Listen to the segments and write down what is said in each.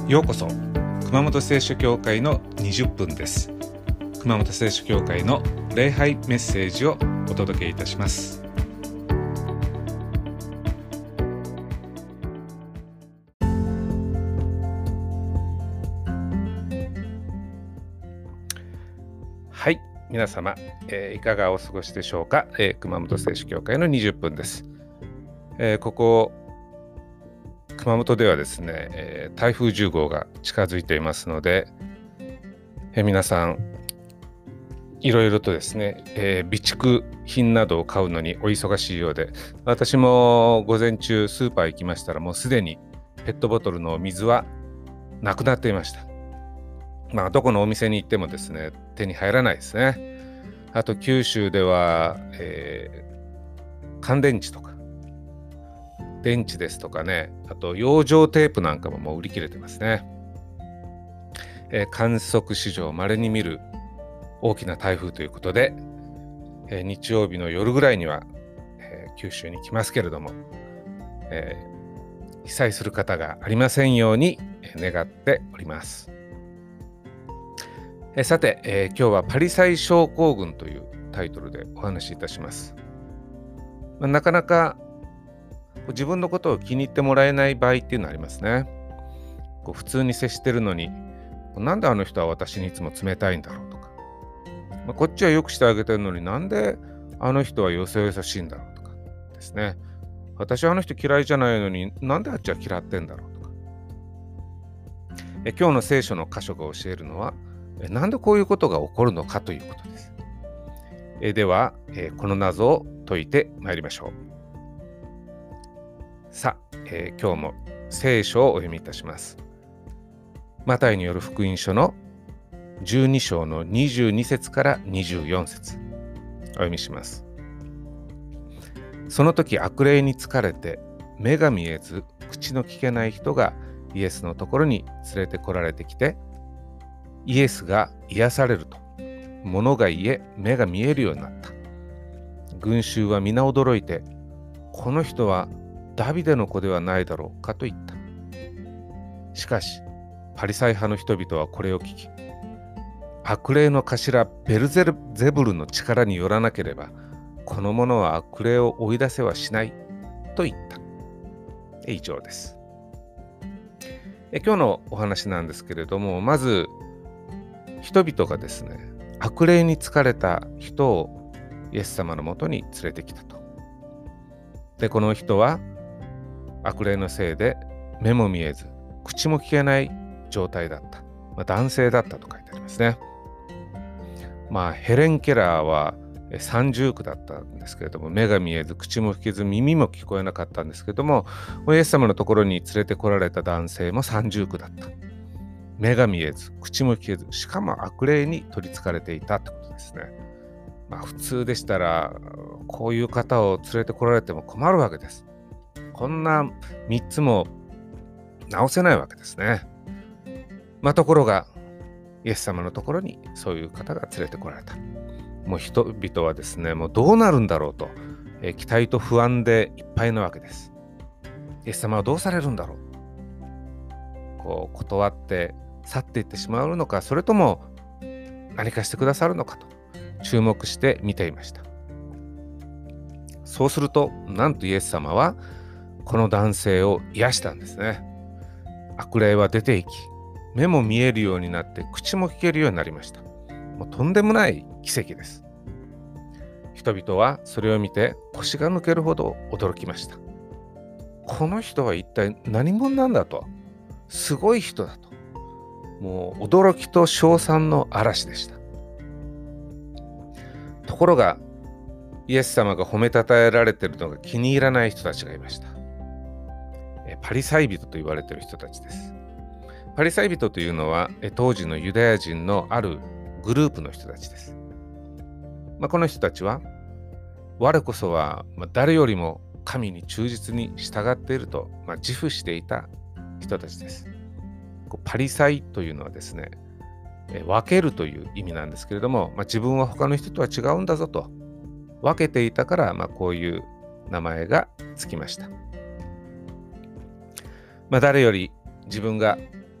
ようこそ熊本聖書教会の20分です。熊本聖書教会の礼拝メッセージをお届けいたします。はい、皆様、いかがお過ごしでしょうか。熊本聖書教会の20分です。ここ熊本ではですね、台風10号が近づいていますので、皆さんいろいろとですね、備蓄品などを買うのにお忙しいようで、私も午前中スーパー行きましたら、もうすでにペットボトルの水はなくなっていました。どこのお店に行ってもですね、手に入らないですね。あと九州では、乾電池とか電池ですとかね、あと養生テープなんかももう売り切れてますね。観測史上稀に見る大きな台風ということで、日曜日の夜ぐらいには、九州に来ますけれども、被災する方がありませんように願っております。さて、今日はパリサイ症候群というタイトルでお話しいたします。なかなか自分のことを気に入ってもらえない場合っていうのはありますね。普通に接してるのに、なんであの人は私にいつも冷たいんだろうとか、こっちはよくしてあげてるのになんであの人はよそよそしいんだろうとかですね。私はあの人嫌いじゃないのになんであっちは嫌ってんだろうとか。今日の聖書の箇所が教えるのは、なんでこういうことが起こるのかということです。では、この謎を解いてまいりましょう。さあ、今日も聖書をお読みいたします。マタイによる福音書の12章の22節から24節お読みします。その時悪霊に疲れて目が見えず口の聞けない人がイエスのところに連れてこられてきて、イエスが癒されると物が言え目が見えるようになった。群衆は皆驚いて、この人はダビデの子ではないだろうかと言った。しかしパリサイ派の人々はこれを聞き、悪霊の頭ベルゼブルの力によらなければこの者は悪霊を追い出せはしないと言った。以上です。今日のお話なんですけれども、まず人々がですね、悪霊に疲れた人をイエス様のもとに連れてきたと。で、この人は悪霊のせいで目も見えず口も聞けない状態だった。男性だったと書いてありますね。ヘレン・ケラーは三重苦だったんですけれども、目が見えず口も聞けず耳も聞こえなかったんですけれども、イエス様のところに連れてこられた男性も三重苦だった。目が見えず口も聞けず、しかも悪霊に取りつかれていたってことですね。普通でしたらこういう方を連れてこられても困るわけです。こんな3つも治せないわけですね。ところがイエス様のところにそういう方が連れてこられた。もう人々はですね、もうどうなるんだろうと、期待と不安でいっぱいなわけです。イエス様はどうされるんだろう。断って去っていってしまうのか、それとも何かしてくださるのかと注目して見ていました。そうすると、なんとイエス様はこの男性を癒したんですね。悪霊は出ていき、目も見えるようになって口も聞けるようになりました。もうとんでもない奇跡です。人々はそれを見て腰が抜けるほど驚きました。この人は一体何者なんだと、すごい人だと、もう驚きと称賛の嵐でした。ところがイエス様が褒めたたえられているのが気に入らない人たちがいました。パリサイ人と言われている人たちです。パリサイ人というのは当時のユダヤ人のあるグループの人たちです。この人たちは我こそは誰よりも神に忠実に従っていると自負していた人たちです。パリサイというのはですね、分けるという意味なんですけれども、自分は他の人とは違うんだぞと分けていたから、こういう名前がつきました。誰より自分が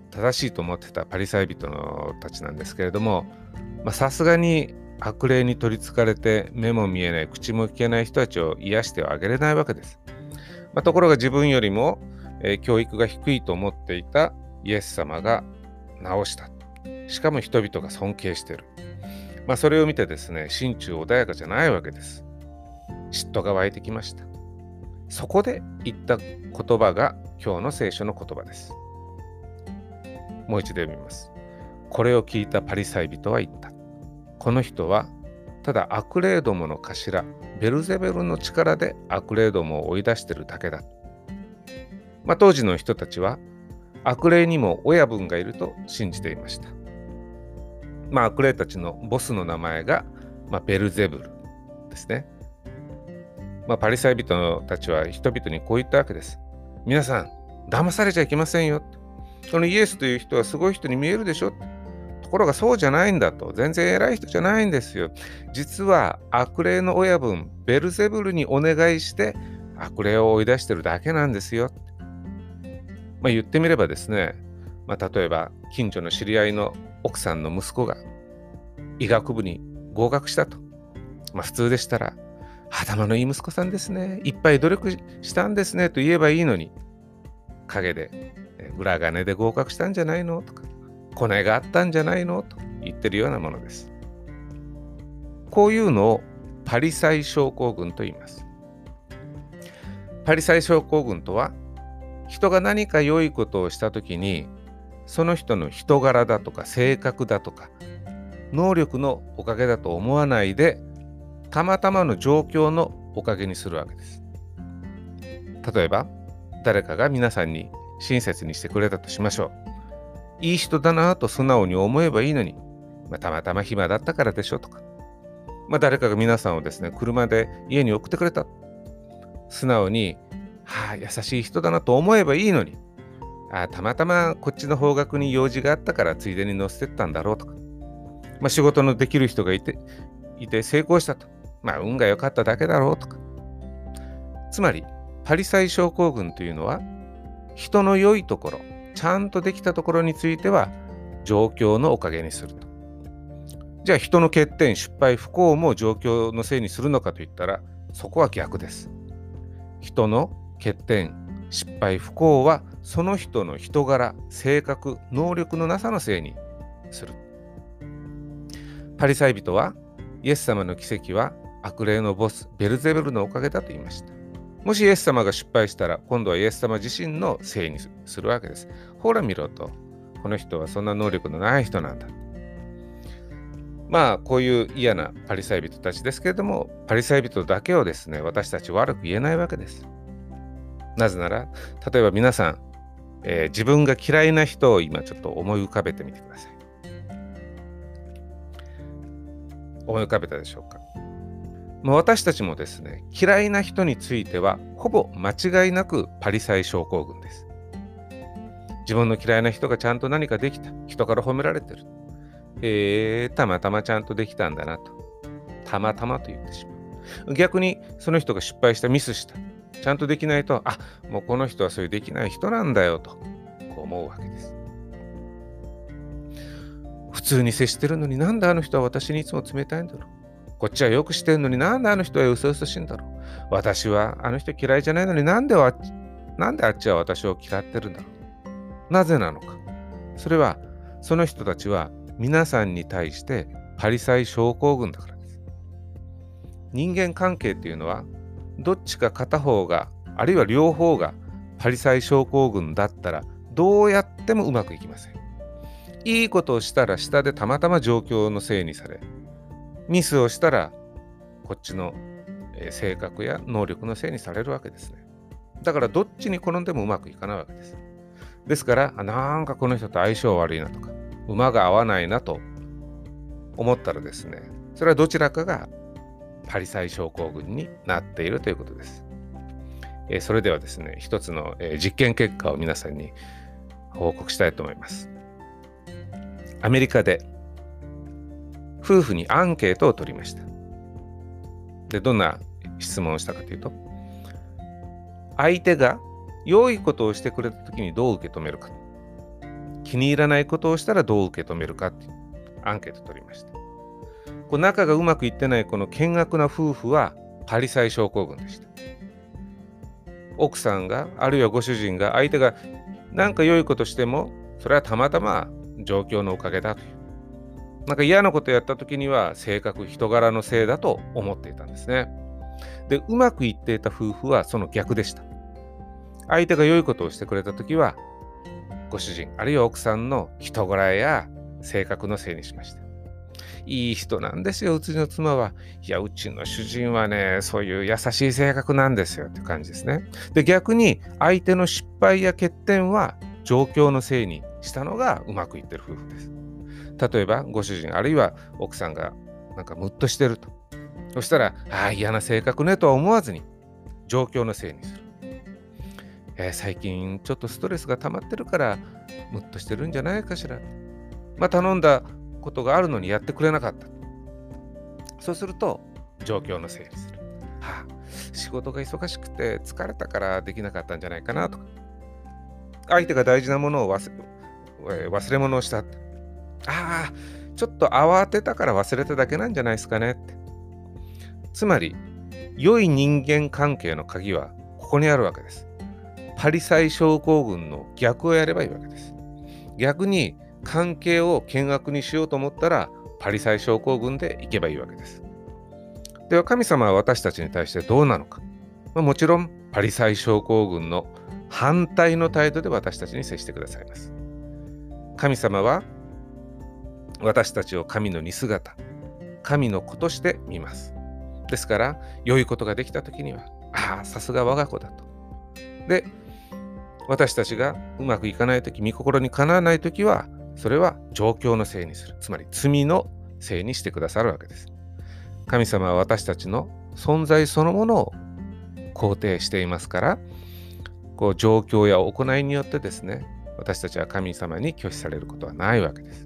正しいと思ってたパリサイ人のたちなんですけれども、さすがに悪霊に取りつかれて目も見えない口も聞けない人たちを癒してはあげれないわけです。ところが自分よりも、教育が低いと思っていたイエス様が治した。しかも人々が尊敬している。それを見てですね、心中穏やかじゃないわけです。嫉妬が湧いてきました。そこで言った言葉が今日の聖書の言葉です。もう一度読みます。これを聞いたパリサイ人は言った。この人はただ悪霊どもの頭ベルゼベルの力で悪霊どもを追い出しているだけだ。当時の人たちは悪霊にも親分がいると信じていました。悪霊たちのボスの名前が、ベルゼブルですね。パリサイ人たちは人々にこう言ったわけです。皆さん、騙されちゃいけませんよ。このイエスという人はすごい人に見えるでしょ。ところがそうじゃないんだと。全然偉い人じゃないんですよ。実は悪霊の親分、ベルゼブルにお願いして悪霊を追い出してるだけなんですよ。言ってみればですね、例えば近所の知り合いの奥さんの息子が医学部に合格したと。普通でしたら、頭のいい息子さんですね。いっぱい努力したんですねと言えばいいのに、陰で裏金で合格したんじゃないのとか、コネがあったんじゃないのと言ってるようなものです。こういうのをパリサイ症候群と言います。パリサイ症候群とは、人が何か良いことをしたときに、その人の人柄だとか性格だとか能力のおかげだと思わないで、たまたまの状況のおかげにするわけです。例えば、誰かが皆さんに親切にしてくれたとしましょう。いい人だなと素直に思えばいいのに、たまたま暇だったからでしょとか、誰かが皆さんをですね、車で家に送ってくれた。素直に、優しい人だなと思えばいいのに、たまたまこっちの方角に用事があったからついでに乗せてったんだろうとか、仕事のできる人がいて成功したと。運が良かっただけだろうとか。つまり、パリサイ症候群というのは、人の良いところ、ちゃんとできたところについては、状況のおかげにすると。じゃあ、人の欠点、失敗、不幸も状況のせいにするのかといったら、そこは逆です。人の欠点、失敗、不幸は、その人の人柄、性格、能力のなさのせいにする。パリサイ人は、イエス様の奇跡は悪霊のボス、ベルゼベルのおかげだと言いました。もしイエス様が失敗したら、今度はイエス様自身のせいにするわけです。ほら見ろと。この人はそんな能力のない人なんだ。こういう嫌なパリサイ人たちですけれども、パリサイ人だけをですね、私たち悪く言えないわけです。なぜなら、例えば皆さん、自分が嫌いな人を今ちょっと思い浮かべてみてください。思い浮かべたでしょうか。私たちもですね、嫌いな人についてはほぼ間違いなくパリサイ症候群です。自分の嫌いな人がちゃんと何かできた、人から褒められてる、たまたまちゃんとできたんだなと、たまたまと言ってしまう。逆にその人が失敗した、ミスした、ちゃんとできないと、もうこの人はそういうできない人なんだよとこう思うわけです。普通に接してるのに、なんであの人は私にいつも冷たいんだろう。こっちはよくしてるのに、なんであの人はうすうすしいんだろう。私はあの人嫌いじゃないのに、なんであっちは私を嫌ってるんだろう。なぜなのか。それは、その人たちは皆さんに対してパリサイ症候群だからです。人間関係っていうのは、どっちか片方が、あるいは両方がパリサイ症候群だったら、どうやってもうまくいきません。いいことをしたら下でたまたま状況のせいにされ、ミスをしたらこっちの性格や能力のせいにされるわけですね。だからどっちに転んでもうまくいかないわけです。ですから、なんかこの人と相性悪いなとか、馬が合わないなと思ったらですね、それはどちらかがパリサイ症候群になっているということです。それではですね、一つの実験結果を皆さんに報告したいと思います。アメリカで夫婦にアンケートを取りました。で、どんな質問をしたかというと、相手が良いことをしてくれたときにどう受け止めるか。 気に入らないことをしたらどう受け止めるかっていうアンケート取りました。仲がうまくいってないこの険悪な夫婦はパリサイ症候群でした。奥さんがあるいはご主人が相手が何か良いことしてもそれはたまたま状況のおかげだという、嫌なことやった時には性格人柄のせいだと思っていたんですね。で、うまくいっていた夫婦はその逆でした。相手が良いことをしてくれた時はご主人あるいは奥さんの人柄や性格のせいにしました。いい人なんですよ、うちの妻は。いや、うちの主人はね、そういう優しい性格なんですよっていう感じですね。で、逆に相手の失敗や欠点は状況のせいにしたのがうまくいってる夫婦です。例えば、ご主人あるいは奥さんがムッとしてると。そしたら、嫌な性格ねとは思わずに状況のせいにする。最近ちょっとストレスが溜まってるからムッとしてるんじゃないかしら。頼んだことがあるのにやってくれなかった。そうすると状況のせいにする。仕事が忙しくて疲れたからできなかったんじゃないかなとか、相手が大事なものを忘れ物をした。ちょっと慌てたから忘れただけなんじゃないですかねって。つまり良い人間関係の鍵はここにあるわけです。パリサイ症候群の逆をやればいいわけです。逆に関係を険悪にしようと思ったらパリサイ症候群でいけばいいわけです。では神様は私たちに対してどうなのか。もちろんパリサイ症候群の反対の態度で私たちに接してくださいます。神様は私たちを神の似姿、神の子として見ます。ですから良いことができたときにはさすが我が子だと。で、私たちがうまくいかないとき、御心にかなわないときはそれは状況のせいにする。つまり罪のせいにしてくださるわけです。神様は私たちの存在そのものを肯定していますから、状況や行いによってですね、私たちは神様に拒否されることはないわけです。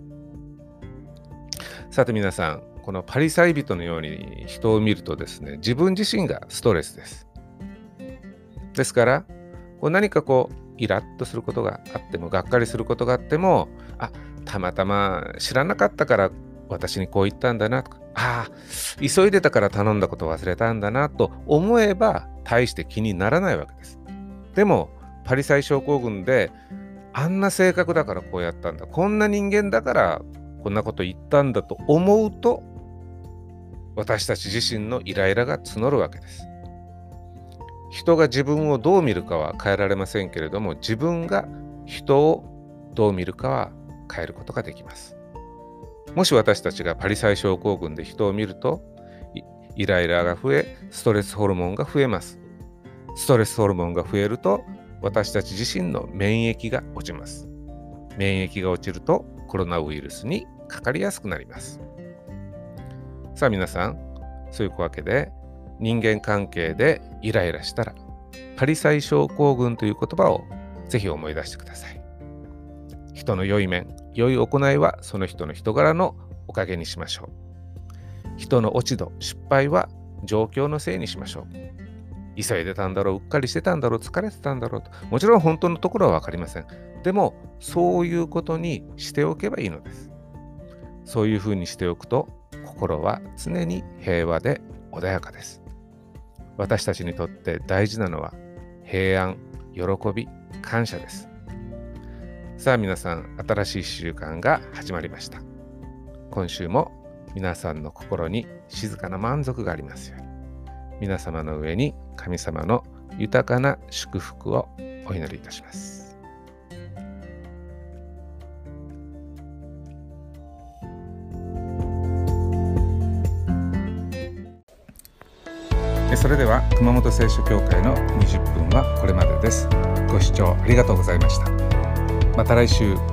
さて皆さん、このパリサイ人のように人を見るとですね、自分自身がストレスです。ですから何かイラッとすることがあっても、がっかりすることがあっても、たまたま知らなかったから私にこう言ったんだなとか、急いでたから頼んだことを忘れたんだなと思えば大して気にならないわけです。でもパリサイ症候群であんな性格だからこうやったんだ、こんな人間だからこんなこと言ったんだと思うと、私たち自身のイライラが募るわけです。人が自分をどう見るかは変えられませんけれども、自分が人をどう見るかは変えることができます。もし私たちがパリサイ症候群で人を見ると、イライラが増え、ストレスホルモンが増えます。ストレスホルモンが増えると、私たち自身の免疫が落ちます。免疫が落ちると、コロナウイルスにかかりやすくなります。さあ皆さん、そういうわけで、人間関係でイライラしたら、パリサイ症候群という言葉をぜひ思い出してください。人の良い面、良い行いはその人の人柄のおかげにしましょう。人の落ち度、失敗は状況のせいにしましょう。急いでたんだろう、うっかりしてたんだろう、疲れてたんだろうと。もちろん本当のところは分かりません。でもそういうことにしておけばいいのです。そういうふうにしておくと、心は常に平和で穏やかです。私たちにとって大事なのは平安、喜び、感謝です。さあ皆さん、新しい習慣が始まりました。今週も皆さんの心に静かな満足がありますように。皆様の上に神様の豊かな祝福をお祈りいたします。それでは熊本聖書協会の20分はこれまでです。ご視聴ありがとうございました。また来週。